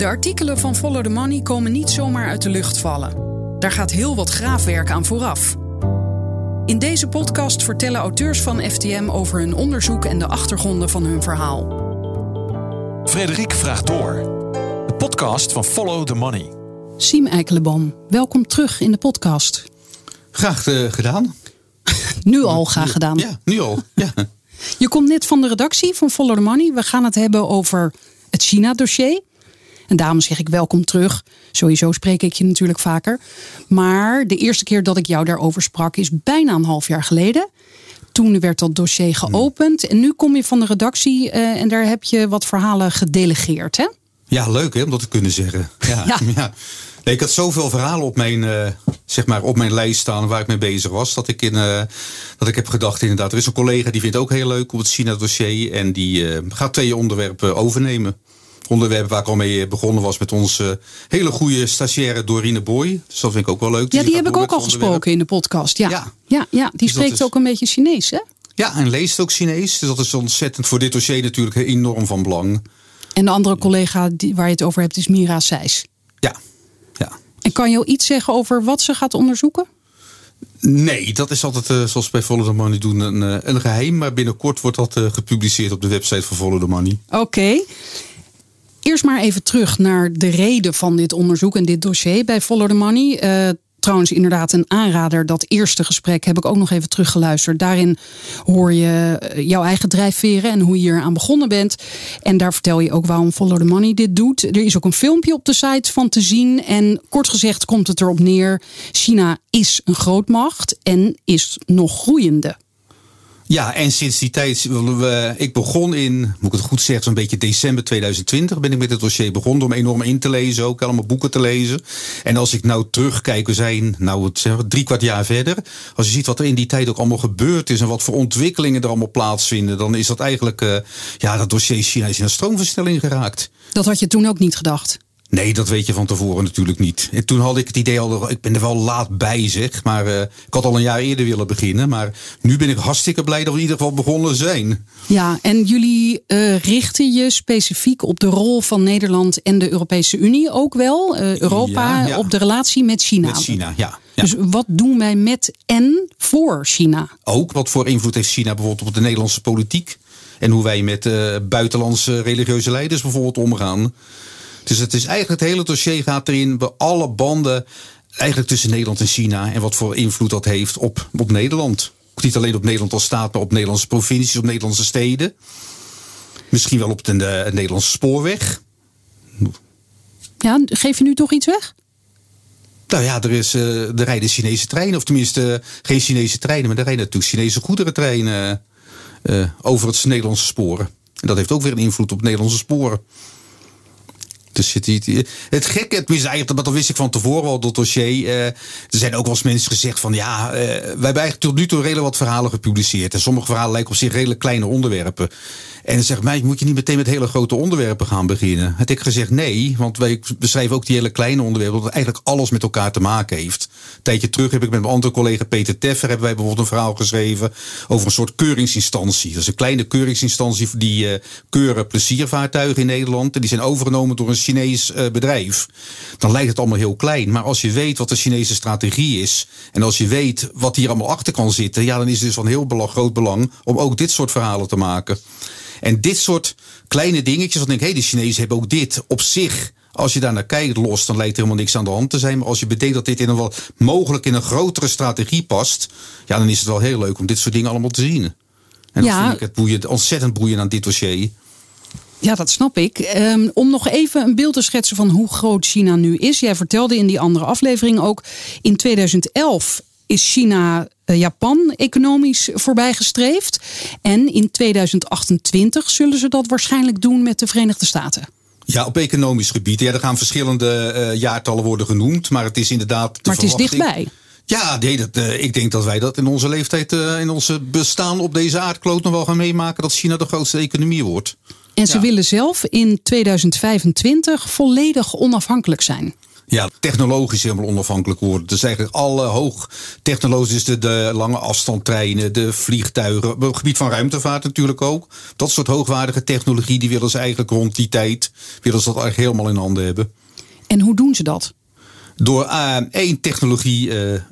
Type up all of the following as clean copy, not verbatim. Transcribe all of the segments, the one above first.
De artikelen van Follow the Money komen niet zomaar uit de lucht vallen. Daar gaat heel wat graafwerk aan vooraf. In deze podcast vertellen auteurs van FTM over hun onderzoek en de achtergronden van hun verhaal. Frederik vraagt door. De podcast van Follow the Money. Siem Eikelenboom, welkom terug in de podcast. Graag gedaan. Nu al graag gedaan. Ja, nu al. Ja. Je komt net van de redactie van Follow the Money. We gaan het hebben over het China-dossier. En daarom zeg ik welkom terug. Sowieso spreek ik je natuurlijk vaker. Maar de eerste keer dat ik jou daarover sprak is bijna een half jaar geleden. Toen werd dat dossier geopend. En nu kom je van de redactie en daar heb je wat verhalen gedelegeerd, hè? Ja, leuk hè, om dat te kunnen zeggen. Ja. Nee, ik had zoveel verhalen op mijn lijst staan waar ik mee bezig was. Dat ik heb gedacht, inderdaad, er is een collega die vindt het ook heel leuk op het China-dossier. En die gaat 2 onderwerpen overnemen. Onderwerp waar ik al mee begonnen was met onze hele goede stagiaire Dorine Boy. Dus dat vind ik ook wel leuk. Ja, die heb ik ook al gesproken in de podcast. Ja, die dus spreekt ook een beetje Chinees, hè? Ja, en leest ook Chinees. Dus dat is ontzettend voor dit dossier natuurlijk enorm van belang. En de andere collega waar je het over hebt is Mira Seijs. Ja. En kan je iets zeggen over wat ze gaat onderzoeken? Nee, dat is altijd, zoals bij Follow the Money doen, een geheim. Maar binnenkort wordt dat gepubliceerd op de website van Follow the Money. Oké. Eerst maar even terug naar de reden van dit onderzoek en dit dossier bij Follow the Money. Trouwens, inderdaad een aanrader. Dat eerste gesprek heb ik ook nog even teruggeluisterd. Daarin hoor je jouw eigen drijfveren en hoe je hier aan begonnen bent. En daar vertel je ook waarom Follow the Money dit doet. Er is ook een filmpje op de site van te zien. En kort gezegd komt het erop neer. China is een grootmacht en is nog groeiende. Ja, en sinds die tijd, ik begon in, moet ik het goed zeggen, zo'n beetje december 2020 ben ik met het dossier begonnen om enorm in te lezen, ook allemaal boeken te lezen. En als ik nou terugkijk, we zijn 3/4 jaar verder. Als je ziet wat er in die tijd ook allemaal gebeurd is en wat voor ontwikkelingen er allemaal plaatsvinden, dan is dat eigenlijk, dat dossier China is in een stroomversnelling geraakt. Dat had je toen ook niet gedacht? Nee, dat weet je van tevoren natuurlijk niet. En toen had ik het idee al, ik ben er wel laat bij zeg. Maar ik had al een jaar eerder willen beginnen. Maar nu ben ik hartstikke blij dat we in ieder geval begonnen zijn. Ja, en jullie richten je specifiek op de rol van Nederland en de Europese Unie ook wel. Europa op de relatie met China. Met China, ja. Dus wat doen wij met en voor China? Ook, wat voor invloed heeft China bijvoorbeeld op de Nederlandse politiek? En hoe wij met buitenlandse religieuze leiders bijvoorbeeld omgaan. Dus het is eigenlijk, het hele dossier gaat erin bij alle banden eigenlijk tussen Nederland en China. En wat voor invloed dat heeft op Nederland. Niet alleen op Nederland als staat, maar op Nederlandse provincies, op Nederlandse steden. Misschien wel op de Nederlandse spoorweg. Ja, geef je nu toch iets weg? Nou ja, er rijden Chinese treinen. Of tenminste, geen Chinese treinen, maar er rijden natuurlijk Chinese goederentreinen over het Nederlandse sporen. En dat heeft ook weer een invloed op Nederlandse sporen. Dus het gekke, tenminste eigenlijk, dat wist ik van tevoren al, dat dossier. Er zijn ook wel eens mensen gezegd van wij hebben eigenlijk tot nu toe redelijk wat verhalen gepubliceerd. En sommige verhalen lijken op zich redelijk kleine onderwerpen. En dan zegt mij, moet je niet meteen met hele grote onderwerpen gaan beginnen? Had ik gezegd nee, want wij beschrijven ook die hele kleine onderwerpen, dat eigenlijk alles met elkaar te maken heeft. Een tijdje terug heb ik met mijn andere collega Peter Teffer, hebben wij bijvoorbeeld een verhaal geschreven over een soort keuringsinstantie. Dat is een kleine keuringsinstantie die keuren pleziervaartuigen in Nederland. En die zijn overgenomen door een Chinees bedrijf. Dan lijkt het allemaal heel klein. Maar als je weet wat de Chinese strategie is, en als je weet wat hier allemaal achter kan zitten, dan is het dus van heel groot belang om ook dit soort verhalen te maken. En dit soort kleine dingetjes, dan denk ik, de Chinezen hebben ook dit op zich. Als je daar naar kijkt los, dan lijkt er helemaal niks aan de hand te zijn. Maar als je bedenkt dat dit mogelijk in een grotere strategie past, dan is het wel heel leuk om dit soort dingen allemaal te zien. En dan vind ik het ontzettend boeiend aan dit dossier. Ja, dat snap ik. Om nog even een beeld te schetsen van hoe groot China nu is. Jij vertelde in die andere aflevering ook, in 2011 is China Japan economisch voorbijgestreefd. En in 2028 zullen ze dat waarschijnlijk doen met de Verenigde Staten. Ja, op economisch gebied. Ja, er gaan verschillende jaartallen worden genoemd. Maar het is inderdaad Maar het is dichtbij. Ja, ik denk dat wij dat in onze leeftijd, in onze bestaan op deze aardkloot nog wel gaan meemaken, dat China de grootste economie wordt. En ze willen zelf in 2025 volledig onafhankelijk zijn. Ja, technologisch helemaal onafhankelijk worden. Dus eigenlijk alle hoogtechnologisch, de lange afstandtreinen, de vliegtuigen, op het gebied van ruimtevaart natuurlijk ook. Dat soort hoogwaardige technologie, die willen ze eigenlijk rond die tijd, willen ze dat eigenlijk helemaal in handen hebben. En hoe doen ze dat? Door één technologie,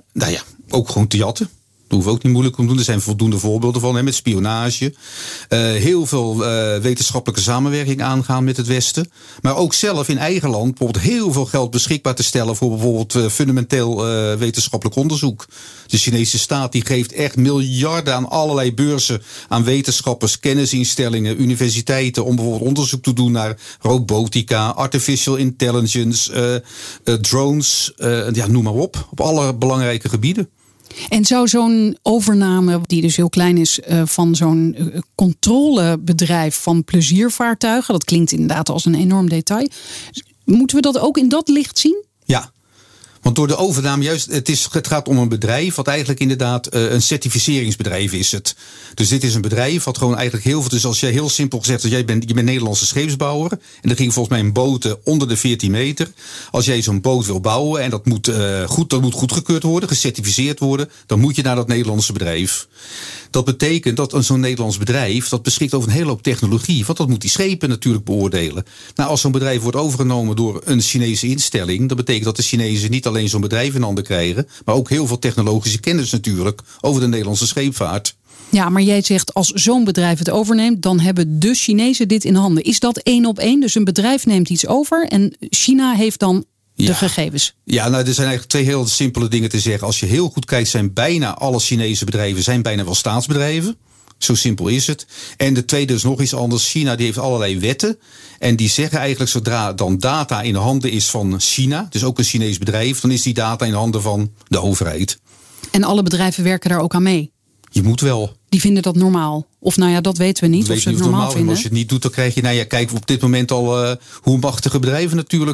ook gewoon te jatten. Dat hoeven we ook niet moeilijk om te doen. Er zijn voldoende voorbeelden van, met spionage. Heel veel wetenschappelijke samenwerking aangaan met het Westen. Maar ook zelf in eigen land bijvoorbeeld heel veel geld beschikbaar te stellen voor bijvoorbeeld fundamenteel wetenschappelijk onderzoek. De Chinese staat die geeft echt miljarden aan allerlei beurzen aan wetenschappers, kennisinstellingen, universiteiten om bijvoorbeeld onderzoek te doen naar robotica, artificial intelligence, drones, noem maar op alle belangrijke gebieden. En zou zo'n overname, die dus heel klein is, van zo'n controlebedrijf van pleziervaartuigen, dat klinkt inderdaad als een enorm detail, moeten we dat ook in dat licht zien? Ja. Want door de overname, juist, het gaat om een bedrijf wat eigenlijk inderdaad een certificeringsbedrijf is het. Dus dit is een bedrijf wat gewoon eigenlijk heel veel. Dus als jij heel simpel gezegd, je bent Nederlandse scheepsbouwer. En er ging volgens mij een boot onder de 14 meter. Als jij zo'n boot wil bouwen en dat moet goedgekeurd worden, gecertificeerd worden, dan moet je naar dat Nederlandse bedrijf. Dat betekent dat zo'n Nederlands bedrijf, dat beschikt over een hele hoop technologie. Want dat moet die schepen natuurlijk beoordelen. Nou, als zo'n bedrijf wordt overgenomen door een Chinese instelling, dat betekent dat de Chinezen niet alleen zo'n bedrijf in handen krijgen, maar ook heel veel technologische kennis natuurlijk over de Nederlandse scheepvaart. Ja, maar jij zegt als zo'n bedrijf het overneemt, dan hebben de Chinezen dit in handen. Is dat 1 op 1? Dus een bedrijf neemt iets over en China heeft dan de gegevens. Ja, nou, er zijn eigenlijk 2 heel simpele dingen te zeggen. Als je heel goed kijkt, zijn bijna alle Chinese bedrijven zijn bijna wel staatsbedrijven. Zo simpel is het. En de tweede is nog iets anders. China die heeft allerlei wetten. En die zeggen eigenlijk zodra dan data in de handen is van China, dus ook een Chinees bedrijf, dan is die data in de handen van de overheid. En alle bedrijven werken daar ook aan mee? Je moet wel. Die vinden dat normaal? Of nou ja, dat weten we niet. Of ze het normaal vinden. Als je het niet doet, dan krijg je, kijk op dit moment al hoe machtige bedrijven natuurlijk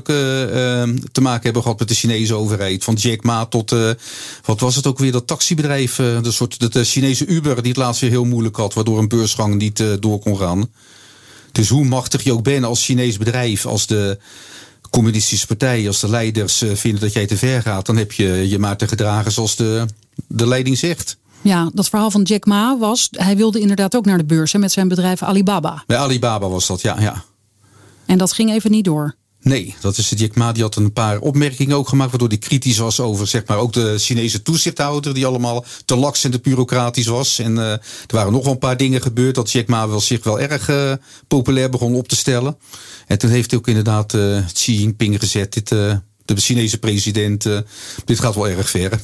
te maken hebben gehad met de Chinese overheid. Van Jack Ma tot, wat was het ook weer, dat taxibedrijf, de Chinese Uber, die het laatst weer heel moeilijk had, waardoor een beursgang niet door kon gaan. Dus hoe machtig je ook bent als Chinees bedrijf, als de communistische partij, als de leiders vinden dat jij te ver gaat, dan heb je je maar te gedragen zoals de leiding zegt. Ja, dat verhaal van Jack Ma was, hij wilde inderdaad ook naar de beurs met zijn bedrijf Alibaba. Bij Alibaba was dat, ja. En dat ging even niet door. Nee, dat is de Jack Ma. Die had een paar opmerkingen ook gemaakt, waardoor hij kritisch was over, zeg maar, ook de Chinese toezichthouder, die allemaal te laks en te bureaucratisch was. En er waren nog wel een paar dingen gebeurd dat Jack Ma zich wel erg populair begon op te stellen. En toen heeft hij ook inderdaad Xi Jinping gezet, de Chinese president, dit gaat wel erg ver.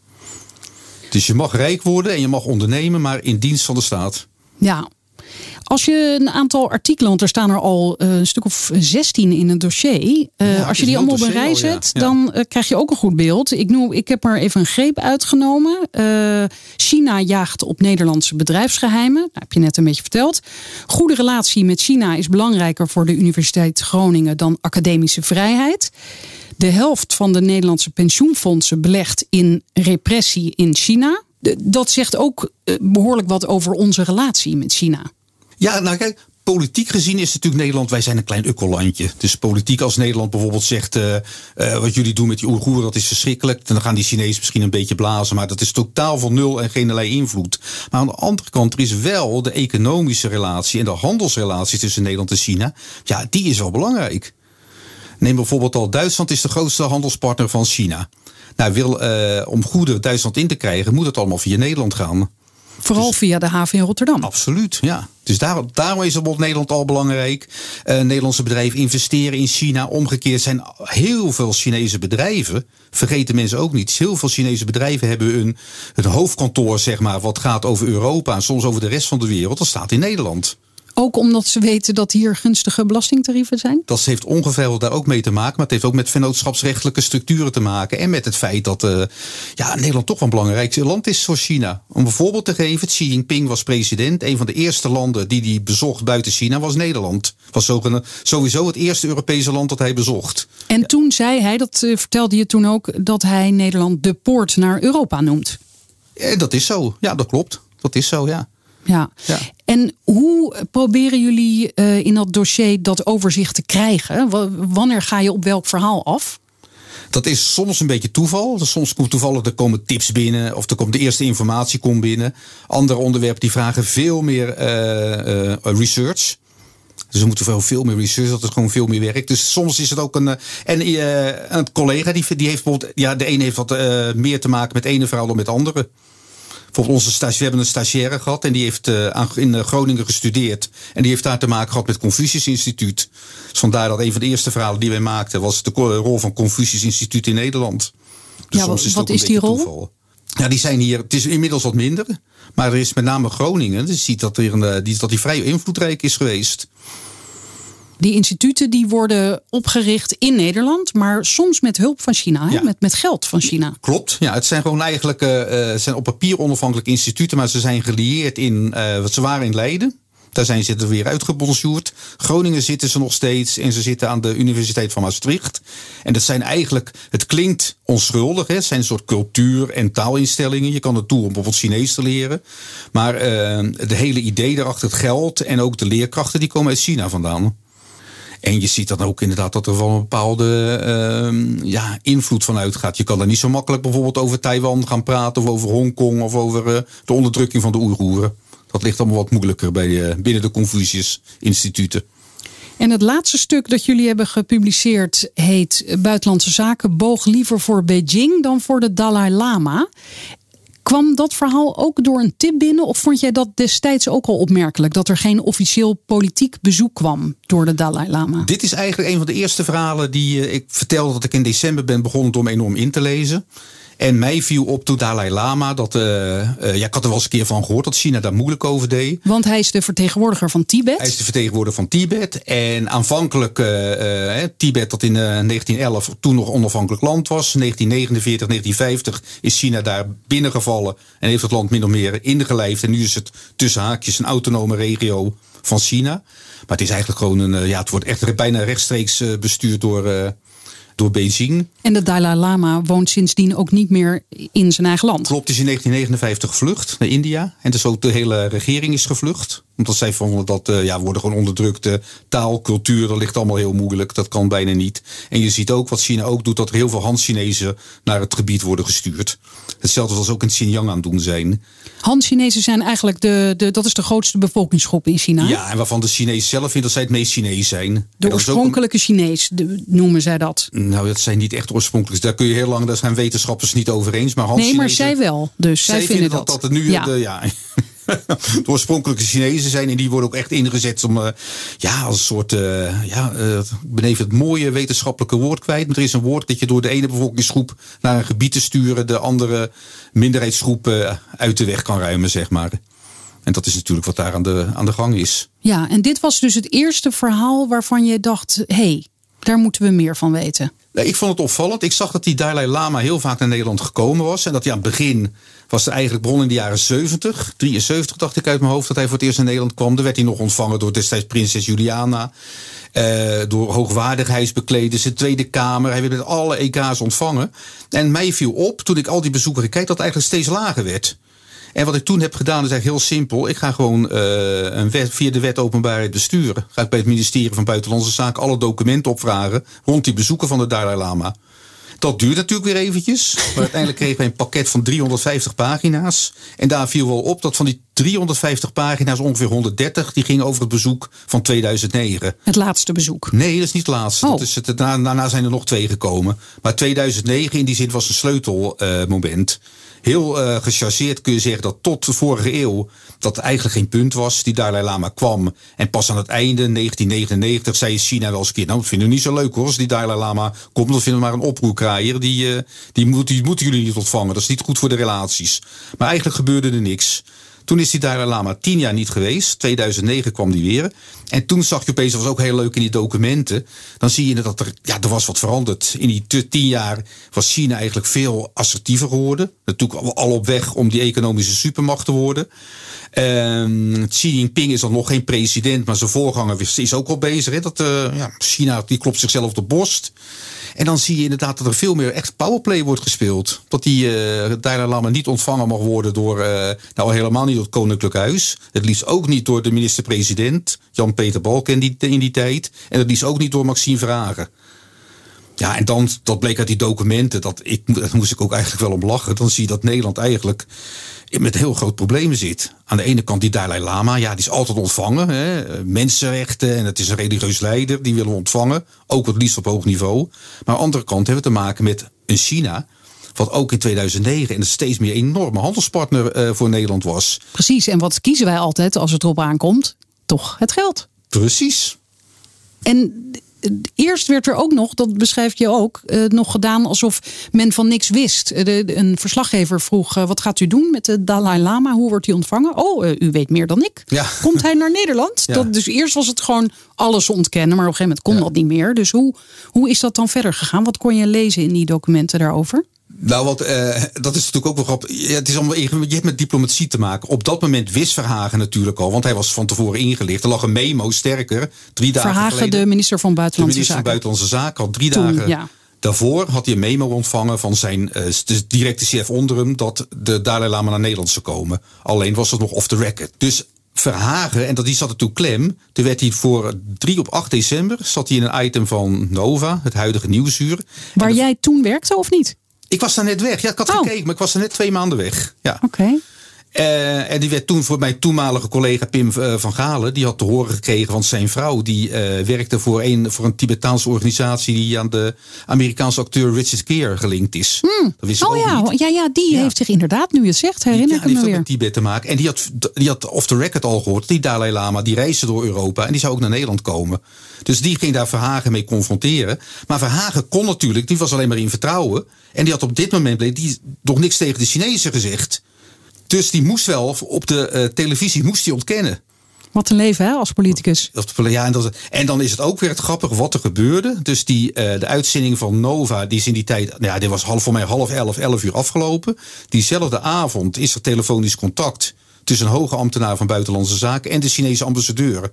Dus je mag rijk worden en je mag ondernemen, maar in dienst van de staat. Ja. Als je een aantal artikelen, want er staan er al een stuk of 16 in het dossier. Als je die allemaal op een rij zet, dan krijg je ook een goed beeld. Ik heb er even een greep uitgenomen. China jaagt op Nederlandse bedrijfsgeheimen. Dat heb je net een beetje verteld. Goede relatie met China is belangrijker voor de Universiteit Groningen dan academische vrijheid. De helft van de Nederlandse pensioenfondsen belegt in repressie in China. Dat zegt ook behoorlijk wat over onze relatie met China. Ja, nou kijk, politiek gezien is natuurlijk Nederland, wij zijn een klein ukkellandje. Dus politiek als Nederland bijvoorbeeld zegt, wat jullie doen met die Oeigoeren, dat is verschrikkelijk. Dan gaan die Chinezen misschien een beetje blazen, maar dat is totaal van nul en geen invloed. Maar aan de andere kant, er is wel de economische relatie en de handelsrelatie tussen Nederland en China. Ja, die is wel belangrijk. Neem bijvoorbeeld al Duitsland is de grootste handelspartner van China. Nou, om goederen Duitsland in te krijgen, moet het allemaal via Nederland gaan. Vooral via de haven in Rotterdam. Absoluut, ja. Dus daarom is bijvoorbeeld Nederland al belangrijk. Nederlandse bedrijven investeren in China. Omgekeerd zijn heel veel Chinese bedrijven, vergeten mensen ook niet, heel veel Chinese bedrijven hebben hun hoofdkantoor, zeg maar, wat gaat over Europa en soms over de rest van de wereld. Dat staat in Nederland. Ook omdat ze weten dat hier gunstige belastingtarieven zijn? Dat heeft ongeveer daar ook mee te maken. Maar het heeft ook met vennootschapsrechtelijke structuren te maken. En met het feit dat Nederland toch wel een belangrijk land is voor China. Om een voorbeeld te geven, Xi Jinping was president. Een van de eerste landen die hij bezocht buiten China was Nederland. Was sowieso het eerste Europese land dat hij bezocht. En toen zei hij, dat vertelde je toen ook, dat hij Nederland de poort naar Europa noemt. Dat is zo. Ja, dat klopt. Dat is zo, ja. Ja. En hoe proberen jullie in dat dossier dat overzicht te krijgen? Wanneer ga je op welk verhaal af? Dat is soms een beetje toeval. Soms komt toevallig, er komen tips binnen of er komt de eerste informatie komt binnen. Andere onderwerpen die vragen veel meer research. Dus we moeten veel meer research, dat is gewoon veel meer werk. Dus soms is het ook een collega die heeft bijvoorbeeld, de ene heeft wat meer te maken met de ene verhaal dan met de andere. Bijvoorbeeld we hebben een stagiaire gehad en die heeft in Groningen gestudeerd. En die heeft daar te maken gehad met Confucius Instituut. Dus vandaar dat een van de eerste verhalen die wij maakten was de rol van Confucius Instituut in Nederland. Dus ja, wat is die rol? Toeval. Ja, die zijn hier, het is inmiddels wat minder. Maar er is met name Groningen, dus je ziet dat die vrij invloedrijk is geweest. Die instituten die worden opgericht in Nederland, maar soms met hulp van China, Ja. met geld van China. Klopt, ja, het zijn gewoon eigenlijk zijn op papier onafhankelijke instituten, maar ze zijn gelieerd in, ze waren in Leiden. Daar zijn ze er weer uitgebonjourd. Groningen zitten ze nog steeds en ze zitten aan de Universiteit van Maastricht. En dat zijn eigenlijk, het klinkt onschuldig, hè? Het zijn een soort cultuur- en taalinstellingen. Je kan er toe om bijvoorbeeld Chinees te leren. Maar de hele idee daarachter, het geld en ook de leerkrachten, die komen uit China vandaan. En je ziet dan ook inderdaad dat er wel een bepaalde invloed van uitgaat. Je kan er niet zo makkelijk bijvoorbeeld over Taiwan gaan praten of over Hongkong of over de onderdrukking van de Oeigoeren. Dat ligt allemaal wat moeilijker binnen de Confucius-instituten. En het laatste stuk dat jullie hebben gepubliceerd heet Buitenlandse Zaken boog liever voor Beijing dan voor de Dalai Lama. Kwam dat verhaal ook door een tip binnen of vond jij dat destijds ook al opmerkelijk? Dat er geen officieel politiek bezoek kwam door de Dalai Lama? Dit is eigenlijk een van de eerste verhalen die ik vertelde dat ik in december ben begonnen om enorm in te lezen. En mij viel op toen Dalai Lama, ik had er wel eens een keer van gehoord dat China daar moeilijk over deed. Want hij is de vertegenwoordiger van Tibet. Hij is de vertegenwoordiger van Tibet. En aanvankelijk, Tibet dat in 1911 toen nog onafhankelijk land was. 1949, 1950 is China daar binnengevallen en heeft het land min of meer ingelijfd. En nu is het tussen haakjes een autonome regio van China. Maar het is eigenlijk gewoon het wordt echt bijna rechtstreeks bestuurd door Beijing. En de Dalai Lama woont sindsdien ook niet meer in zijn eigen land. Klopt, is in 1959 gevlucht naar India. En dus ook de hele regering is gevlucht. Omdat zij vonden dat we worden gewoon onderdrukte taal, cultuur, dat ligt allemaal heel moeilijk. Dat kan bijna niet. En je ziet ook wat China ook doet, dat er heel veel Han-Chinezen naar het gebied worden gestuurd. Hetzelfde als ook in Xinjiang aan het doen zijn. Han-Chinezen zijn eigenlijk dat is de grootste bevolkingsgroep in China. Ja, en waarvan de Chinezen zelf vinden dat zij het meest Chinees zijn. De oorspronkelijke Chinees noemen zij dat. Nou, dat zijn niet echt oorspronkelijk. Daar kun je heel lang, daar zijn wetenschappers niet over eens. Maar Han-Chinezen, nee, maar zij wel. Dus zij vinden dat het nu de oorspronkelijke Chinezen zijn. En die worden ook echt ingezet om als een soort, ik ben even het mooie wetenschappelijke woord kwijt. Maar er is een woord dat je door de ene bevolkingsgroep naar een gebied te sturen, de andere minderheidsgroep uit de weg kan ruimen, zeg maar. En dat is natuurlijk wat daar aan de gang is. Ja, en dit was dus het eerste verhaal waarvan je dacht, daar moeten we meer van weten. Ik vond het opvallend. Ik zag dat die Dalai Lama heel vaak naar Nederland gekomen was. En dat hij aan het begin was er eigenlijk begonnen in de jaren 70. 73 dacht ik uit mijn hoofd dat hij voor het eerst naar Nederland kwam. Dan werd hij nog ontvangen door destijds prinses Juliana. Door hoogwaardigheidsbekleders, de Tweede Kamer. Hij werd met alle EK's ontvangen. En mij viel op, toen ik al die bezoeken gekeken, dat het eigenlijk steeds lager werd. En wat ik toen heb gedaan is eigenlijk heel simpel. Ik ga gewoon via de wet openbaarheid besturen. Ga ik bij het ministerie van Buitenlandse Zaken alle documenten opvragen rond die bezoeken van de Dalai Lama. Dat duurt natuurlijk weer eventjes. Maar uiteindelijk kregen wij een pakket van 350 pagina's. En daar viel wel op dat van die 350 pagina's ongeveer 130... die gingen over het bezoek van 2009. Het laatste bezoek? Nee, dat is niet het laatste. Oh. Dat is daarna zijn er nog 2 gekomen. Maar 2009 in die zin was een sleutelmoment. Heel gechargeerd kun je zeggen dat tot de vorige eeuw dat eigenlijk geen punt was. Die Dalai Lama kwam en pas aan het einde, 1999, zei China wel eens een keer, nou dat vinden we niet zo leuk hoor, als die Dalai Lama komt, dan vinden we maar een oproerkraaier. Die moeten jullie niet ontvangen, dat is niet goed voor de relaties. Maar eigenlijk gebeurde er niks. Toen is die Dalai Lama 10 jaar niet geweest. 2009 kwam die weer. En toen zag je opeens, dat was ook heel leuk in die documenten. Dan zie je dat er was wat veranderd. In die 10 jaar was China eigenlijk veel assertiever geworden. Natuurlijk al op weg om die economische supermacht te worden. Xi Jinping is dan nog geen president, maar zijn voorganger is ook al bezig. Hè? China die klopt zichzelf op de borst. En dan zie je inderdaad dat er veel meer echt powerplay wordt gespeeld. Dat die Dalai Lama niet ontvangen mag worden door, helemaal niet door het Koninklijk Huis. Het liefst ook niet door de minister-president, Jan-Peter Balken in die tijd. En het liefst ook niet door Maxime Verhagen. Ja, en dan, dat bleek uit die documenten, daar moest ik ook eigenlijk wel om lachen. Dan zie je dat Nederland eigenlijk met heel groot problemen zit. Aan de ene kant die Dalai Lama, ja, die is altijd ontvangen. Hè, mensenrechten en het is een religieus leider, die willen we ontvangen. Ook het liefst op hoog niveau. Maar aan de andere kant hebben we te maken met een China, wat ook in 2009 en steeds meer een enorme handelspartner voor Nederland was. Precies, en wat kiezen wij altijd als het erop aankomt? Toch het geld. Precies. En eerst werd er ook nog, dat beschrijf je ook, nog gedaan alsof men van niks wist. Een verslaggever vroeg, wat gaat u doen met de Dalai Lama? Hoe wordt hij ontvangen? Oh, u weet meer dan ik. Ja. Komt hij naar Nederland? Ja. Dus eerst was het gewoon alles ontkennen, maar op een gegeven moment kon dat niet meer. Dus hoe is dat dan verder gegaan? Wat kon je lezen in die documenten daarover? Nou, dat is natuurlijk ook wel grappig. Ja, het is allemaal, je hebt met diplomatie te maken. Op dat moment wist Verhagen natuurlijk al, want hij was van tevoren ingelicht. Er lag een memo, sterker, 3 dagen Verhagen, geleden. de minister van Buitenlandse Zaken. De minister van Buitenlandse Zaken had 3 dagen ja. daarvoor had hij een memo ontvangen van zijn de directe chef onder hem dat de Dalai Lama naar Nederland zou komen. Alleen was het nog off the record. Dus Verhagen, en die zat er toen klem. Toen werd hij voor 8 december zat hij in een item van Nova, het huidige Nieuwsuur. Waar jij toen werkte of niet? Ik was daar net weg. Ja, ik had gekeken, maar ik was er net 2 maanden weg. Ja. Oké. En die werd toen voor mijn toenmalige collega Pim van Galen. Die had te horen gekregen van zijn vrouw. Die werkte voor een Tibetaanse organisatie die aan de Amerikaanse acteur Richard Gere gelinkt is. Dat wist ik ook niet. Ja, die heeft zich inderdaad, nu je het zegt, herinner ik me weer. Die heeft ook weer. met Tibet te maken. En die had off the record al gehoord. Die Dalai Lama, die reisde door Europa. En die zou ook naar Nederland komen. Dus die ging daar Verhagen mee confronteren. Maar Verhagen kon natuurlijk, die was alleen maar in vertrouwen. En die had op dit moment nog niks tegen de Chinezen gezegd. Dus die moest wel op de televisie moest hij ontkennen. Wat een leven, hè, als politicus. Ja, en dan is het ook weer het grappige wat er gebeurde. Dus de uitzending van Nova, die is in die tijd, ja, die was voor mij 11 uur afgelopen. Diezelfde avond is er telefonisch contact tussen een hoge ambtenaar van Buitenlandse Zaken en de Chinese ambassadeur.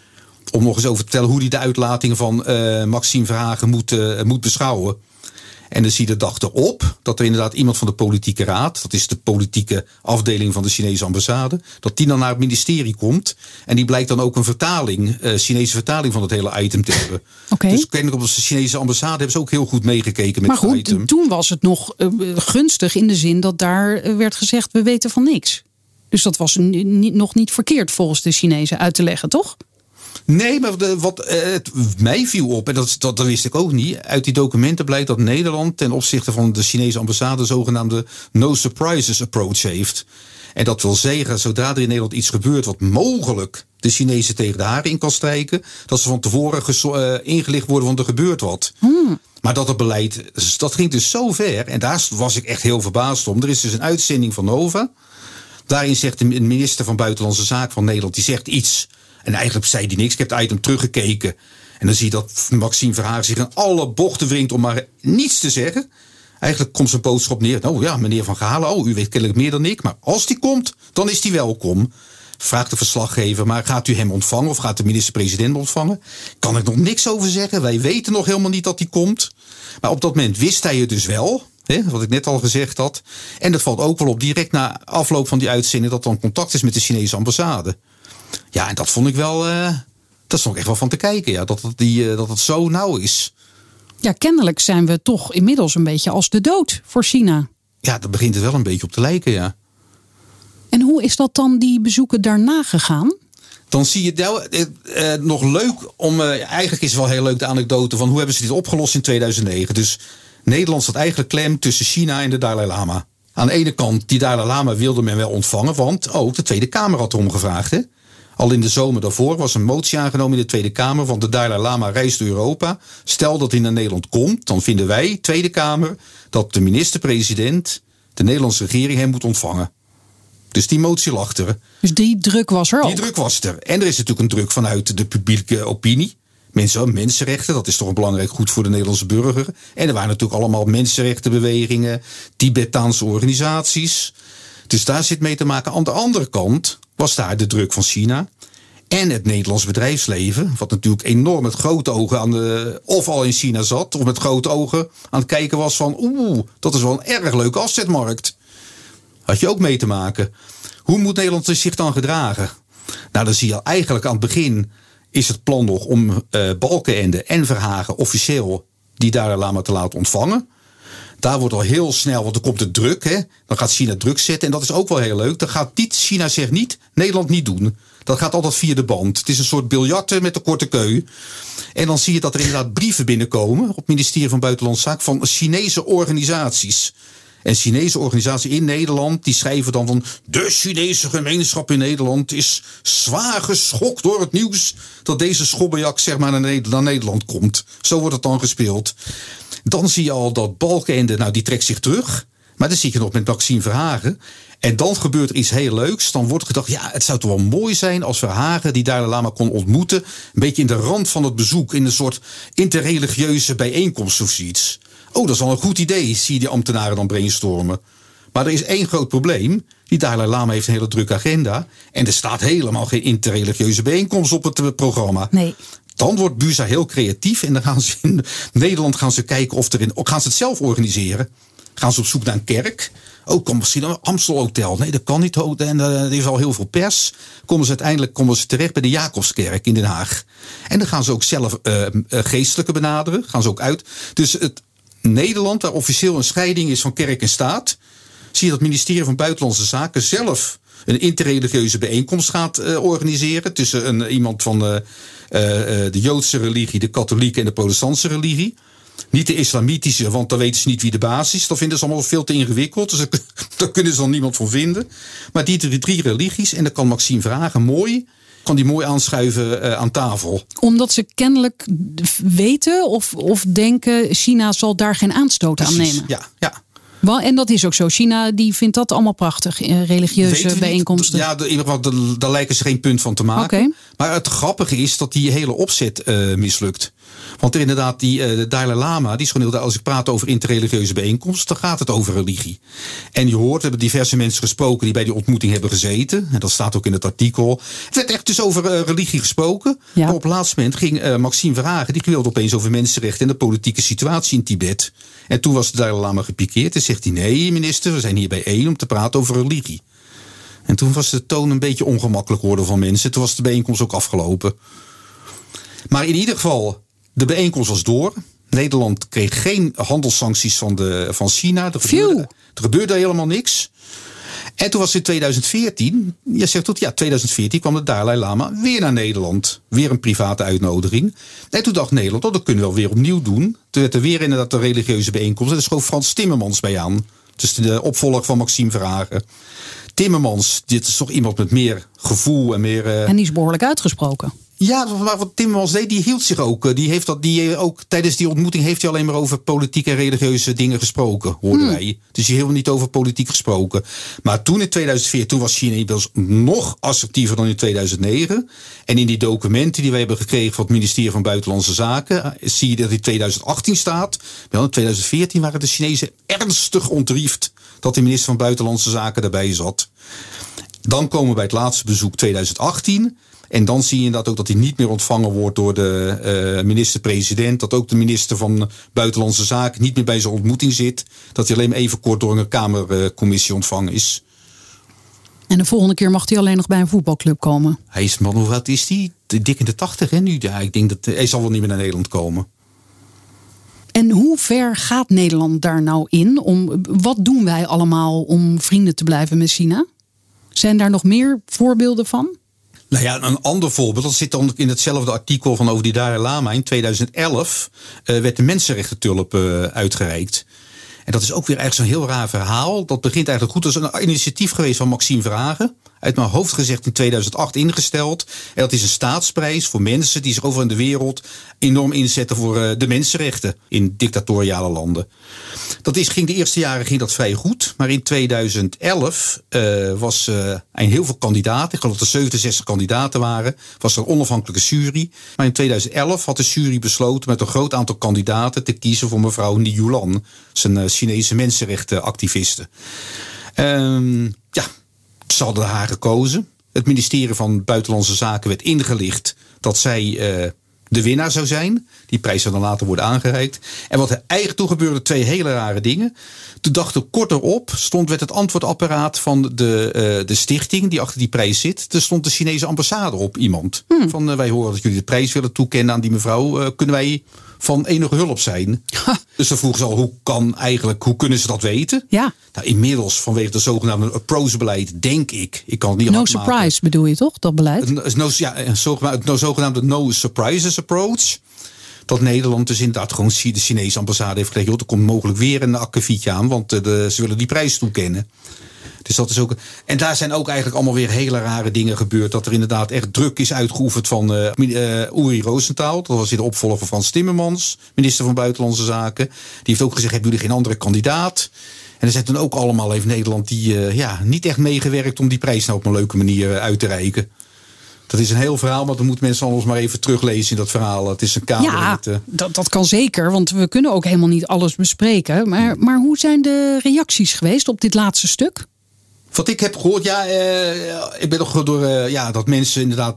Om nog eens over te vertellen hoe hij de uitlatingen van Maxime Verhagen moet beschouwen. En dan zie je de dag erop dat er inderdaad iemand van de politieke raad, dat is de politieke afdeling van de Chinese ambassade, dat die dan naar het ministerie komt. En die blijkt dan ook een Chinese vertaling van het hele item te hebben. Okay. Dus kennelijk op de Chinese ambassade hebben ze ook heel goed meegekeken met het item. Maar goed, toen was het nog gunstig in de zin dat daar werd gezegd, we weten van niks. Dus dat was nog niet verkeerd volgens de Chinezen uit te leggen, toch? Nee, maar wat mij viel op, en dat wist ik ook niet. Uit die documenten blijkt dat Nederland ten opzichte van de Chinese ambassade zogenaamde no surprises approach heeft. En dat wil zeggen, zodra er in Nederland iets gebeurt wat mogelijk de Chinezen tegen de haren in kan strijken, dat ze van tevoren ingelicht worden, want er gebeurt wat. Maar dat het beleid, dat ging dus zo ver, en daar was ik echt heel verbaasd om. Er is dus een uitzending van Nova. Daarin zegt de minister van Buitenlandse Zaken van Nederland, die zegt iets. En eigenlijk zei hij niks. Ik heb het item teruggekeken. En dan zie je dat Maxime Verhagen zich in alle bochten wringt om maar niets te zeggen. Eigenlijk komt zijn boodschap neer. Nou ja, meneer Van Galen, u weet kennelijk meer dan ik. Maar als die komt, dan is die welkom. Vraagt de verslaggever, maar gaat u hem ontvangen? Of gaat de minister-president ontvangen? Kan ik nog niks over zeggen. Wij weten nog helemaal niet dat die komt. Maar op dat moment wist hij het dus wel. Wat ik net al gezegd had. En dat valt ook wel op direct na afloop van die uitzending, dat dan contact is met de Chinese ambassade. Ja, en dat vond ik wel, dat stond echt wel van te kijken. Ja, dat het zo nauw is. Ja, kennelijk zijn we toch inmiddels een beetje als de dood voor China. Ja, daar begint het wel een beetje op te lijken, ja. En hoe is dat dan die bezoeken daarna gegaan? Dan zie je nog leuk om. Eigenlijk is het wel heel leuk de anekdote van hoe hebben ze dit opgelost in 2009. Dus Nederland zat eigenlijk klem tussen China en de Dalai Lama. Aan de ene kant, die Dalai Lama wilde men wel ontvangen, want ook de Tweede Kamer had erom gevraagd. Hè? Al in de zomer daarvoor was een motie aangenomen in de Tweede Kamer, want de Dalai Lama reist door Europa. Stel dat hij naar Nederland komt, dan vinden wij, Tweede Kamer, dat de minister-president, de Nederlandse regering, hem moet ontvangen. Dus die motie lag er. Dus die druk was er ook? Die druk was er. En er is natuurlijk een druk vanuit de publieke opinie. Mensenrechten, dat is toch een belangrijk goed voor de Nederlandse burger. En er waren natuurlijk allemaal mensenrechtenbewegingen, Tibetaanse organisaties. Dus daar zit mee te maken. Aan de andere kant was daar de druk van China. En het Nederlands bedrijfsleven, wat natuurlijk enorm met grote ogen of al in China zat, of met grote ogen aan het kijken was van, dat is wel een erg leuke afzetmarkt. Had je ook mee te maken. Hoe moet Nederland zich dan gedragen? Nou, dan zie je eigenlijk aan het begin is het plan nog om Balkenende en Verhagen officieel die Dalai Lama te laten ontvangen. Daar wordt al heel snel, want dan komt de druk. Hè? Dan gaat China druk zetten. En dat is ook wel heel leuk. Dan gaat China zegt niet, Nederland niet doen. Dat gaat altijd via de band. Het is een soort biljarten met een korte keu. En dan zie je dat er inderdaad brieven binnenkomen op het ministerie van Buitenlandse Zaken van Chinese organisaties. En Chinese organisaties in Nederland, die schrijven dan van de Chinese gemeenschap in Nederland is zwaar geschokt door het nieuws dat deze schobbejak zeg maar naar Nederland komt. Zo wordt het dan gespeeld. Dan zie je al dat Balkenende, nou die trekt zich terug. Maar dan zit je nog met Maxime Verhagen. En dan gebeurt er iets heel leuks. Dan wordt gedacht, ja, het zou toch wel mooi zijn als Verhagen die Dalai Lama kon ontmoeten. Een beetje in de rand van het bezoek. In een soort interreligieuze bijeenkomst of zoiets. Oh, dat is al een goed idee, zie je die ambtenaren dan brainstormen. Maar er is één groot probleem. Die Dalai Lama heeft een hele drukke agenda. En er staat helemaal geen interreligieuze bijeenkomst op het programma. Nee. Dan wordt Buza heel creatief. En dan gaan ze in Nederland kijken of gaan ze het zelf organiseren. Gaan ze op zoek naar een kerk. Oh, kan misschien een Amstel Hotel. Nee, dat kan niet. En er is al heel veel pers. Uiteindelijk komen ze terecht bij de Jacobskerk in Den Haag. En dan gaan ze ook zelf geestelijke benaderen. Gaan ze ook uit. Dus Nederland, waar officieel een scheiding is van kerk en staat, zie je dat het ministerie van Buitenlandse Zaken zelf een interreligieuze bijeenkomst gaat organiseren tussen iemand van de Joodse religie, de katholieke en de protestantse religie. Niet de islamitische, want dan weten ze niet wie de baas is. Dat vinden ze allemaal veel te ingewikkeld. Dus daar kunnen ze dan niemand van vinden. Maar die drie religies, en dan kan Maxime Verhagen kan die mooi aanschuiven aan tafel. Omdat ze kennelijk weten of denken, China zal daar geen aanstoot aan nemen. Ja. En dat is ook zo. China die vindt dat allemaal prachtig, religieuze bijeenkomsten. Ja, in ieder geval, daar lijken ze geen punt van te maken. Okay. Maar het grappige is dat die hele opzet mislukt. Want inderdaad, de Dalai Lama, die is gewoon heel als ik praat over interreligieuze bijeenkomsten, dan gaat het over religie. En je hoort, we hebben diverse mensen gesproken die bij die ontmoeting hebben gezeten. En dat staat ook in het artikel. Het werd echt dus over religie gesproken. Ja. Maar op het laatste moment ging Maxime Verhagen, die wilde opeens over mensenrechten en de politieke situatie in Tibet. En toen was de Dalai Lama gepikeerd en zegt hij, nee minister, we zijn hier bijeen om te praten over religie. En toen was de toon een beetje ongemakkelijk geworden van mensen. Toen was de bijeenkomst ook afgelopen. Maar in ieder geval, de bijeenkomst was door. Nederland kreeg geen handelssancties van China. Er gebeurde helemaal niks. En toen was het in 2014. Je zegt tot 2014 kwam de Dalai Lama weer naar Nederland. Weer een private uitnodiging. En toen dacht Nederland, dat kunnen we wel weer opnieuw doen. Toen werd er weer inderdaad een religieuze bijeenkomst. En er schoof Frans Timmermans bij aan. Dus de opvolger van Maxime Verhagen. Timmermans, dit is toch iemand met meer gevoel en meer. En die is behoorlijk uitgesproken. Ja, maar wat Timmermans deed, die hield zich ook. Ook tijdens die ontmoeting heeft hij alleen maar over politiek en religieuze dingen gesproken, hoorden wij. Dus hij heeft niet over politiek gesproken. Maar toen in 2004, toen was China inmiddels nog assertiever dan in 2009. En in die documenten die wij hebben gekregen van het ministerie van Buitenlandse Zaken, zie je dat in 2018 staat. Wel, in 2014 waren de Chinezen ernstig ontriefd dat de minister van Buitenlandse Zaken daarbij zat. Dan komen we bij het laatste bezoek 2018. En dan zie je inderdaad ook dat hij niet meer ontvangen wordt door de minister-president. Dat ook de minister van Buitenlandse Zaken niet meer bij zijn ontmoeting zit. Dat hij alleen maar even kort door een kamercommissie ontvangen is. En de volgende keer mag hij alleen nog bij een voetbalclub komen. Hij is, man, hoe oud is hij? Dik in de 80 hè, nu. Ja, ik denk dat hij zal wel niet meer naar Nederland komen. En hoe ver gaat Nederland daar nou in? Wat doen wij allemaal om vrienden te blijven met China? Zijn daar nog meer voorbeelden van? Nou ja, een ander voorbeeld, dat zit dan in hetzelfde artikel van over die Dalai Lama. In 2011 werd de mensenrechtentulp uitgereikt. En dat is ook weer eigenlijk zo'n heel raar verhaal. Dat begint eigenlijk goed. Dat is een initiatief geweest van Maxime Verhagen. Uit mijn hoofd gezegd in 2008 ingesteld. En dat is een staatsprijs voor mensen die zich overal in de wereld enorm inzetten voor de mensenrechten in dictatoriale landen. Ging de eerste jaren ging dat vrij goed. Maar in 2011 was heel veel kandidaten. Ik geloof dat er 67 kandidaten waren. Was er een onafhankelijke jury. Maar in 2011 had de jury besloten met een groot aantal kandidaten te kiezen voor mevrouw Ni Yulan. Zijn Chinese mensenrechtenactiviste. Ze hadden haar gekozen. Het ministerie van Buitenlandse Zaken werd ingelicht dat zij de winnaar zou zijn. Die prijs zou dan later worden aangereikt. En wat er eigenlijk toen gebeurde, twee hele rare dingen. Toen dachten kort erop werd het antwoordapparaat van de stichting die achter die prijs zit. Er stond de Chinese ambassade op iemand. Van wij horen dat jullie de prijs willen toekennen aan die mevrouw. Kunnen wij van enige hulp zijn. Dus dan vroegen ze al, hoe kunnen ze dat weten? Ja. Nou, inmiddels vanwege de zogenaamde approach-beleid, denk ik kan het niet No hard maken. surprise bedoel je toch, dat beleid? Het zogenaamde no surprises approach. Dat Nederland dus inderdaad gewoon de Chinese ambassade heeft gezegd, er komt mogelijk weer een akkefietje aan, want ze willen die prijs toekennen. Dus dat is ook. En daar zijn ook eigenlijk allemaal weer hele rare dingen gebeurd. Dat er inderdaad echt druk is uitgeoefend van Uri Rosenthal. Dat was de opvolger van Frans Timmermans, minister van Buitenlandse Zaken. Die heeft ook gezegd, hebben jullie geen andere kandidaat? En er zijn toen ook allemaal, heeft Nederland die niet echt meegewerkt om die prijs nou op een leuke manier uit te reiken. Dat is een heel verhaal, maar dan moeten mensen anders maar even teruglezen in dat verhaal. Het is een kader. Ja, dat kan zeker, want we kunnen ook helemaal niet alles bespreken. Maar hoe zijn de reacties geweest op dit laatste stuk? Wat ik heb gehoord, ik ben nog door dat mensen inderdaad,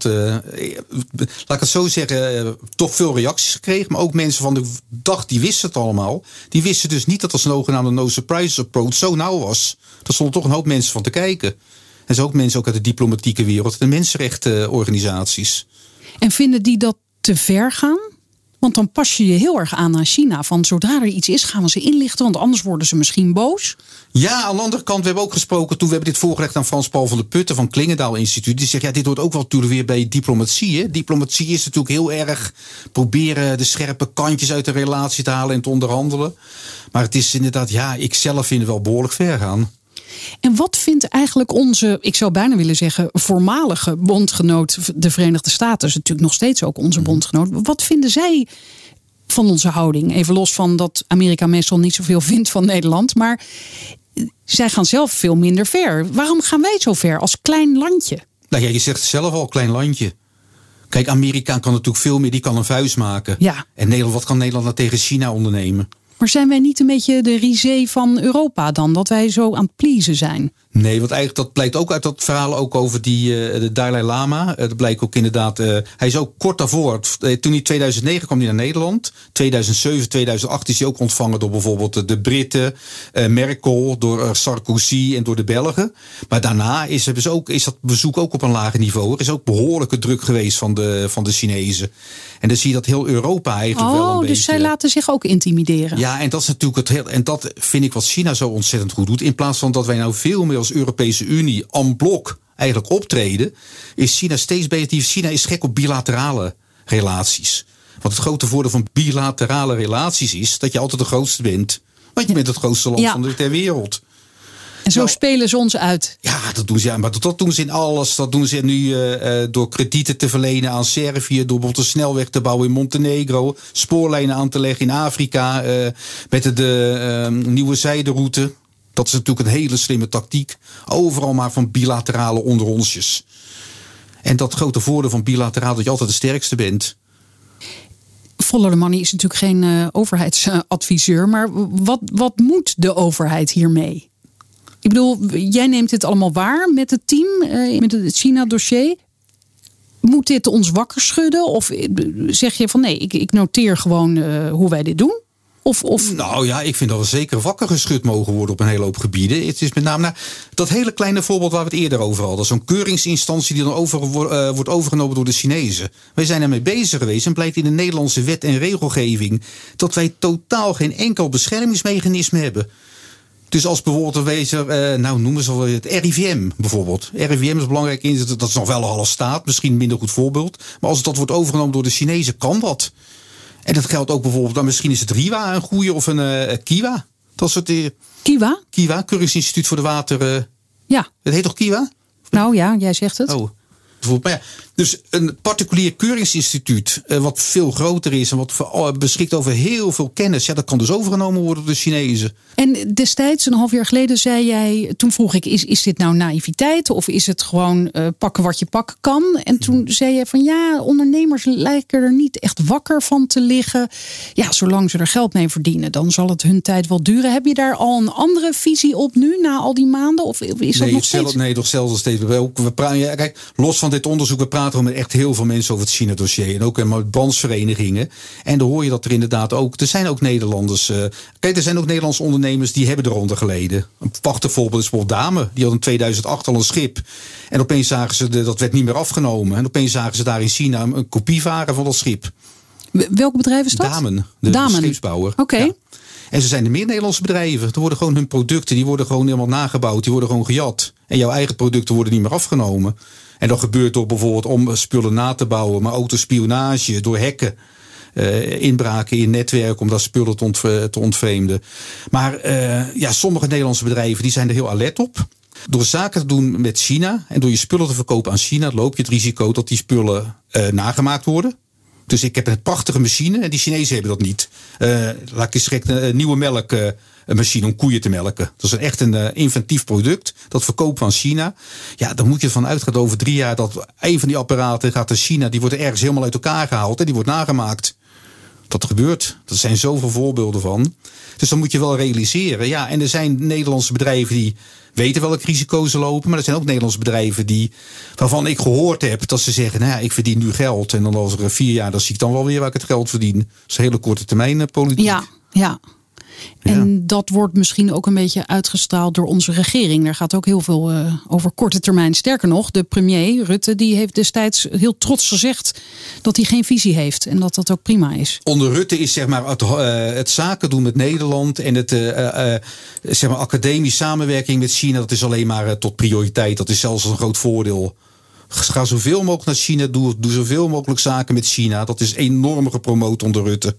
laat ik het zo zeggen, toch veel reacties gekregen. Maar ook mensen van de dag, die wisten het allemaal. Die wisten dus niet dat de zogenaamde no surprise approach zo nauw was. Daar stonden toch een hoop mensen van te kijken. En zo ook mensen ook uit de diplomatieke wereld, de mensenrechtenorganisaties. En vinden die dat te ver gaan? Want dan pas je je heel erg aan China. Van zodra er iets is, gaan we ze inlichten. Want anders worden ze misschien boos. Ja, aan de andere kant, we hebben ook gesproken. Toen we hebben dit voorgelegd aan Frans-Paul van der Putten van Klingendaal Instituut. Die zegt, dit hoort ook wel natuurlijk weer bij diplomatie. Hè? Diplomatie is natuurlijk heel erg proberen de scherpe kantjes uit de relatie te halen en te onderhandelen. Maar het is inderdaad, ik zelf vind het wel behoorlijk ver gaan. En wat vindt eigenlijk onze, ik zou bijna willen zeggen, voormalige bondgenoot, de Verenigde Staten, is natuurlijk nog steeds ook onze bondgenoot. Wat vinden zij van onze houding? Even los van dat Amerika meestal niet zoveel vindt van Nederland, maar zij gaan zelf veel minder ver. Waarom gaan wij zo ver als klein landje? Nou ja, je zegt het zelf al, klein landje. Kijk, Amerika kan natuurlijk veel meer, die kan een vuist maken. Ja. En Nederland, wat kan Nederland nou tegen China ondernemen? Maar zijn wij niet een beetje de risée van Europa dan? Dat wij zo aan het pleasen zijn? Nee, want eigenlijk dat blijkt ook uit dat verhaal ook over de Dalai Lama. Dat blijkt ook inderdaad. Hij is ook kort daarvoor. Toen hij 2009 kwam hij naar Nederland. 2007, 2008 is hij ook ontvangen door bijvoorbeeld de Britten, Merkel, door Sarkozy en door de Belgen. Maar daarna is dat bezoek ook op een lager niveau. Er is ook behoorlijke druk geweest van de Chinezen. En dan zie je dat heel Europa eigenlijk wel een beetje. Dus zij laten zich ook intimideren. Ja, en dat is natuurlijk en dat vind ik wat China zo ontzettend goed doet. In plaats van dat wij nou veel meer als Europese Unie en blok eigenlijk optreden, is China steeds beter. China is gek op bilaterale relaties. Want het grote voordeel van bilaterale relaties is dat je altijd de grootste bent. Want je bent het grootste land ter wereld. En zo spelen ze ons uit. Ja, dat doen ze. Maar dat doen ze in alles. Dat doen ze nu door kredieten te verlenen aan Servië. Door bijvoorbeeld een snelweg te bouwen in Montenegro. Spoorlijnen aan te leggen in Afrika. Met de nieuwe zijderoute. Dat is natuurlijk een hele slimme tactiek. Overal maar van bilaterale onderonsjes. En dat grote voordeel van bilateraal dat je altijd de sterkste bent. Follow the Money is natuurlijk geen overheidsadviseur. Maar wat moet de overheid hiermee? Ik bedoel, jij neemt dit allemaal waar met het team, met het China-dossier. Moet dit ons wakker schudden? Of zeg je van nee, ik noteer gewoon hoe wij dit doen? Of... Nou ja, ik vind dat we zeker wakker geschud mogen worden op een hele hoop gebieden. Het is met name dat hele kleine voorbeeld waar we het eerder over hadden. Zo'n keuringsinstantie die dan wordt overgenomen door de Chinezen. Wij zijn ermee bezig geweest en blijkt in de Nederlandse wet en regelgeving dat wij totaal geen enkel beschermingsmechanisme hebben. Dus als bijvoorbeeld noemen ze wel het RIVM bijvoorbeeld. RIVM is belangrijk, dat is nog wel een half staat, misschien een minder goed voorbeeld. Maar als dat wordt overgenomen door de Chinezen, kan dat. En dat geldt ook bijvoorbeeld, misschien is het RIWA een goeie of een KIWA. Dat is het. KIWA? KIWA, Keuringsinstituut voor de Water. Ja. Het heet toch KIWA? Nou ja, jij zegt het. Oh. Maar ja, dus een particulier keuringsinstituut wat veel groter is en wat beschikt over heel veel kennis. Ja, dat kan dus overgenomen worden door de Chinezen. En destijds, een half jaar geleden, zei jij, toen vroeg ik, is dit nou naïviteit of is het gewoon pakken wat je pakken kan? En toen zei je van ja, ondernemers lijken er niet echt wakker van te liggen. Ja, zolang ze er geld mee verdienen, dan zal het hun tijd wel duren. Heb je daar al een andere visie op nu, na al die maanden? Of is dat nog steeds? Nee, nog zelfs steeds. Kijk, los van dit onderzoek, we praten met echt heel veel mensen over het China-dossier. En ook met brancheverenigingen. En dan hoor je dat er inderdaad ook, er zijn ook Nederlanders. Kijk, er zijn ook Nederlandse ondernemers die hebben eronder geleden. Een prachtig voorbeeld is bijvoorbeeld Dame. Die had in 2008 al een schip. En opeens zagen ze, dat werd niet meer afgenomen. En opeens zagen ze daar in China een kopie varen van dat schip. Welk bedrijf is dat? Damen, de scheepsbouwer. Oké. Ja. En ze zijn er meer Nederlandse bedrijven. Er worden gewoon hun producten, die worden gewoon helemaal nagebouwd. Die worden gewoon gejat. En jouw eigen producten worden niet meer afgenomen. En dat gebeurt door bijvoorbeeld om spullen na te bouwen. Maar ook door spionage, door hacken. Inbraken in netwerk om dat spullen te ontvreemden. Maar sommige Nederlandse bedrijven die zijn er heel alert op. Door zaken te doen met China en door je spullen te verkopen aan China, loop je het risico dat die spullen nagemaakt worden. Dus ik heb een prachtige machine en die Chinezen hebben dat niet. Laat ik eens zeggen, een nieuwe melkmachine om koeien te melken. Dat is echt een inventief product. Dat verkopen we aan China. Ja, dan moet je ervan uitgaan over 3 jaar dat een van die apparaten gaat naar China. Die wordt ergens helemaal uit elkaar gehaald en die wordt nagemaakt. Dat gebeurt. Er zijn zoveel voorbeelden van. Dus dan moet je wel realiseren. Ja, en er zijn Nederlandse bedrijven die weten welk risico ze lopen. Maar er zijn ook Nederlandse bedrijven waarvan ik gehoord heb dat ze zeggen, nou ja, ik verdien nu geld. En dan als er 4 jaar, dan zie ik dan wel weer waar ik het geld verdien. Dat is een hele korte termijn politiek. Ja. En dat wordt misschien ook een beetje uitgestraald door onze regering. Daar gaat ook heel veel over korte termijn. Sterker nog, de premier Rutte die heeft destijds heel trots gezegd dat hij geen visie heeft. En dat ook prima is. Onder Rutte is zeg maar het zaken doen met Nederland en het zeg maar academisch samenwerking met China. Dat is alleen maar tot prioriteit. Dat is zelfs een groot voordeel. Ga zoveel mogelijk naar China. Doe zoveel mogelijk zaken met China. Dat is enorm gepromoot onder Rutte.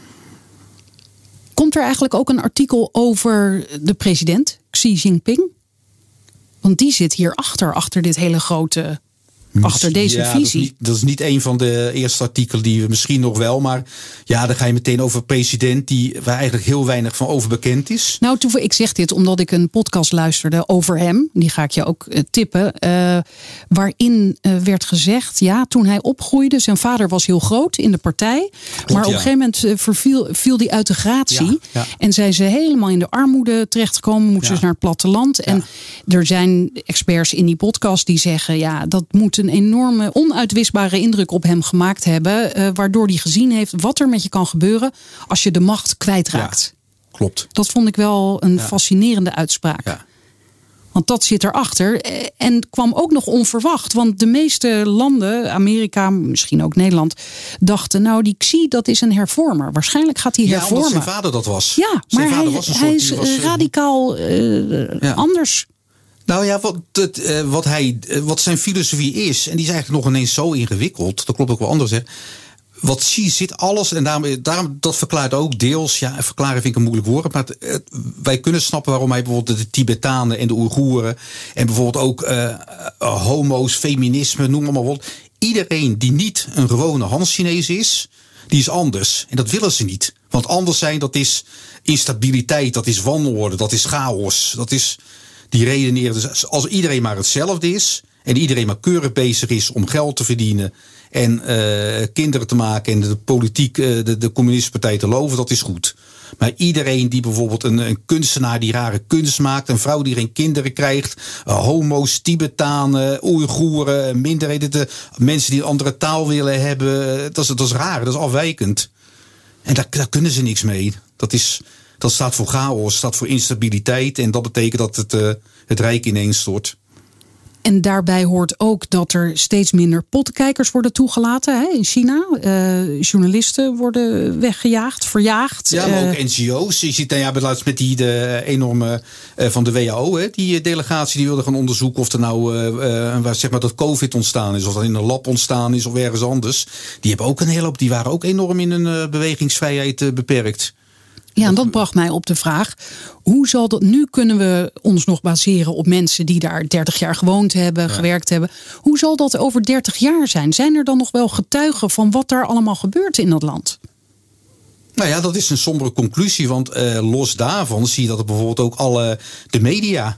Komt er eigenlijk ook een artikel over de president, Xi Jinping? Want die zit hier achter dit hele grote, achter deze visie. Dat is niet een van de eerste artikelen die we misschien nog wel. Maar ja, dan ga je meteen over een president waar eigenlijk heel weinig van over bekend is. Nou, ik zeg dit omdat ik een podcast luisterde over hem. Die ga ik je ook tippen. Waarin werd gezegd, ja, toen hij opgroeide. Zijn vader was heel groot in de partij. Klopt, maar op een gegeven moment viel hij uit de gratie. Ja. En zijn ze helemaal in de armoede terechtgekomen. Moesten ze naar het platteland. En er zijn experts in die podcast die zeggen, ja, dat moet een enorme onuitwisbare indruk op hem gemaakt hebben. Waardoor hij gezien heeft wat er met je kan gebeuren als je de macht kwijtraakt. Ja, klopt. Dat vond ik wel een fascinerende uitspraak. Ja. Want dat zit erachter. En kwam ook nog onverwacht. Want de meeste landen, Amerika, misschien ook Nederland, dachten, nou die Xi, dat is een hervormer. Waarschijnlijk gaat hij hervormen. Ja, omdat zijn vader dat was. Ja, maar hij is radicaal anders. Nou ja, wat zijn filosofie is, en die is eigenlijk nog ineens zo ingewikkeld, dat klopt ook wel anders, hè. Wat Xi zit alles, en daarom dat verklaart ook deels, ja, verklaren vind ik een moeilijk woord, maar wij kunnen snappen waarom hij bijvoorbeeld de Tibetanen en de Oeigoeren en bijvoorbeeld ook homo's, feminisme, noem maar wat. Iedereen die niet een gewone Han-Chinees is, die is anders. En dat willen ze niet. Want anders zijn, dat is instabiliteit, dat is wanorde, dat is chaos, dat is... Die redeneren dus als iedereen maar hetzelfde is en iedereen maar keurig bezig is om geld te verdienen en kinderen te maken en de politiek, de communistische partij te loven, dat is goed. Maar iedereen die bijvoorbeeld een kunstenaar die rare kunst maakt, een vrouw die geen kinderen krijgt, homo's, Tibetanen, Oeigoeren, minderheden, mensen die een andere taal willen hebben, dat is raar, dat is afwijkend. En daar kunnen ze niks mee. Dat staat voor chaos, staat voor instabiliteit. En dat betekent dat het Rijk ineens stort. En daarbij hoort ook dat er steeds minder pottenkijkers worden toegelaten in China. Journalisten worden weggejaagd, verjaagd. Ja, maar ook NGO's. Je ziet laatst met de enorme van de WHO, hè, die delegatie die wilde gaan onderzoeken of er nou waar zeg maar dat COVID ontstaan is, of dat in een lab ontstaan is of ergens anders. Die hebben ook een hele hoop, die waren ook enorm in hun bewegingsvrijheid beperkt. Ja, en dat bracht mij op de vraag, hoe zal dat nu, kunnen we ons nog baseren op mensen die daar 30 jaar gewoond hebben, gewerkt hebben. Hoe zal dat over 30 jaar zijn? Zijn er dan nog wel getuigen van wat daar allemaal gebeurt in dat land? Nou ja, dat is een sombere conclusie, want los daarvan zie je dat er bijvoorbeeld ook de media,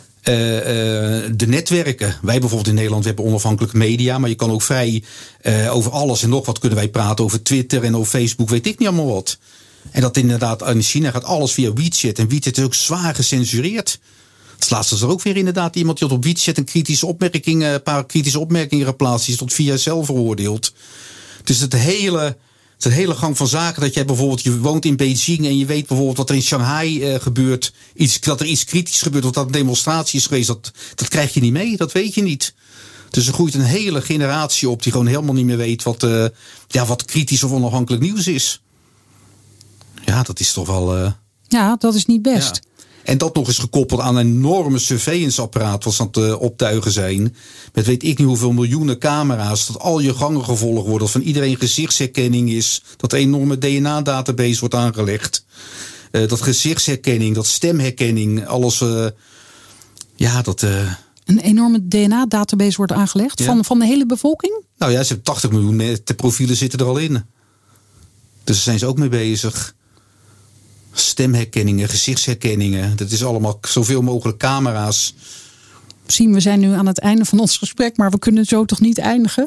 de netwerken. Wij bijvoorbeeld in Nederland hebben onafhankelijke media, maar je kan ook vrij over alles en nog wat kunnen wij praten over Twitter en over Facebook, weet ik niet allemaal wat. En dat inderdaad in China gaat alles via WeChat. En WeChat is ook zwaar gecensureerd. Het laatste is er ook weer inderdaad iemand die op WeChat een paar kritische opmerkingen geplaatst is tot 4 jaar zelf veroordeeld. Dus het hele gang van zaken dat jij bijvoorbeeld, je woont in Beijing en je weet bijvoorbeeld wat er in Shanghai gebeurt. Dat er iets kritisch gebeurt of dat een demonstratie is geweest. Dat krijg je niet mee, dat weet je niet. Dus er groeit een hele generatie op die gewoon helemaal niet meer weet wat kritisch of onafhankelijk nieuws is. Ja, dat is toch wel... Ja, dat is niet best. Ja. En dat nog eens gekoppeld aan een enorme surveillance-apparaat wat ze aan het optuigen zijn. Met weet ik niet hoeveel miljoenen camera's. Dat al je gangen gevolgd worden. Dat van iedereen gezichtsherkenning is. Dat een enorme DNA-database wordt aangelegd. Dat gezichtsherkenning, dat stemherkenning. Alles... Een enorme DNA-database wordt aangelegd van de hele bevolking? Nou ja, ze hebben 80 miljoen profielen zitten er al in. Dus daar zijn ze ook mee bezig. Stemherkenningen, gezichtsherkenningen. Dat is allemaal zoveel mogelijk camera's. We zijn nu aan het einde van ons gesprek, maar we kunnen zo toch niet eindigen?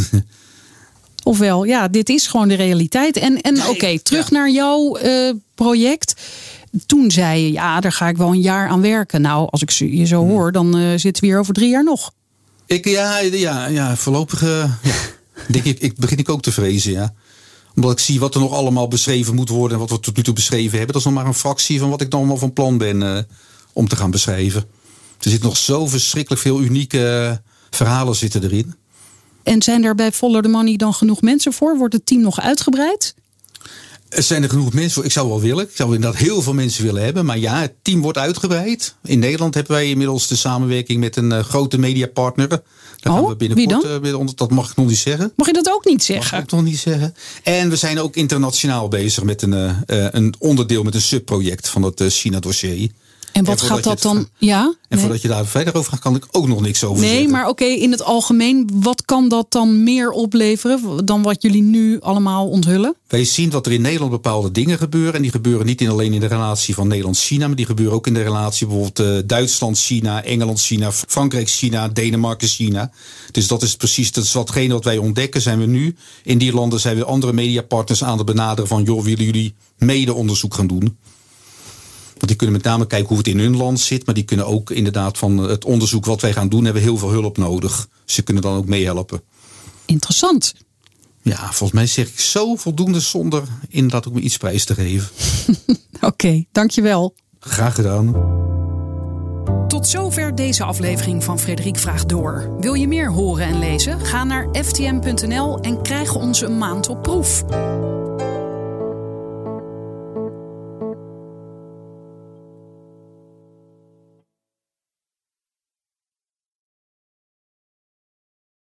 Ofwel, ja, dit is gewoon de realiteit. En terug naar jouw project. Toen zei je, ja, daar ga ik wel een jaar aan werken. Nou, als ik je zo hoor, dan zitten we hier over 3 jaar nog. Voorlopig begin ik ook te vrezen, ja. Omdat ik zie wat er nog allemaal beschreven moet worden en wat we tot nu toe beschreven hebben. Dat is nog maar een fractie van wat ik dan allemaal van plan ben om te gaan beschrijven. Er zit nog zo verschrikkelijk veel unieke verhalen zitten erin. En zijn er bij Follow the Money dan genoeg mensen voor? Wordt het team nog uitgebreid? Er zijn er genoeg mensen voor. Ik zou wel willen. Ik zou inderdaad heel veel mensen willen hebben. Maar ja, het team wordt uitgebreid. In Nederland hebben wij inmiddels de samenwerking met een grote mediapartner. Daar gaan we binnenkort. Wie dan? Dat mag ik nog niet zeggen. Mag je dat ook niet zeggen? Mag ik nog niet zeggen. En we zijn ook internationaal bezig met een onderdeel, met een subproject van het China-dossier. En wat gaat dat dan? Voordat je daar verder over gaat, kan ik ook nog niks over zeggen. Nee, maar in het algemeen, wat kan dat dan meer opleveren dan wat jullie nu allemaal onthullen? Wij zien dat er in Nederland bepaalde dingen gebeuren. En die gebeuren niet alleen in de relatie van Nederland-China, maar die gebeuren ook in de relatie bijvoorbeeld Duitsland-China, Engeland-China, Frankrijk-China, Denemarken-China. Dus dat is precies watgene wat wij ontdekken. Zijn we nu in die landen, zijn we andere mediapartners aan het benaderen van, joh, willen jullie mede onderzoek gaan doen? Want die kunnen met name kijken hoe het in hun land zit. Maar die kunnen ook inderdaad van het onderzoek wat wij gaan doen, hebben heel veel hulp nodig. Ze kunnen dan ook meehelpen. Interessant. Ja, volgens mij zeg ik zo voldoende zonder inderdaad ook maar iets prijs te geven. Oké, dankjewel. Graag gedaan. Tot zover deze aflevering van Frederiek Vraagt Door. Wil je meer horen en lezen? Ga naar ftm.nl en krijg onze maand op proef.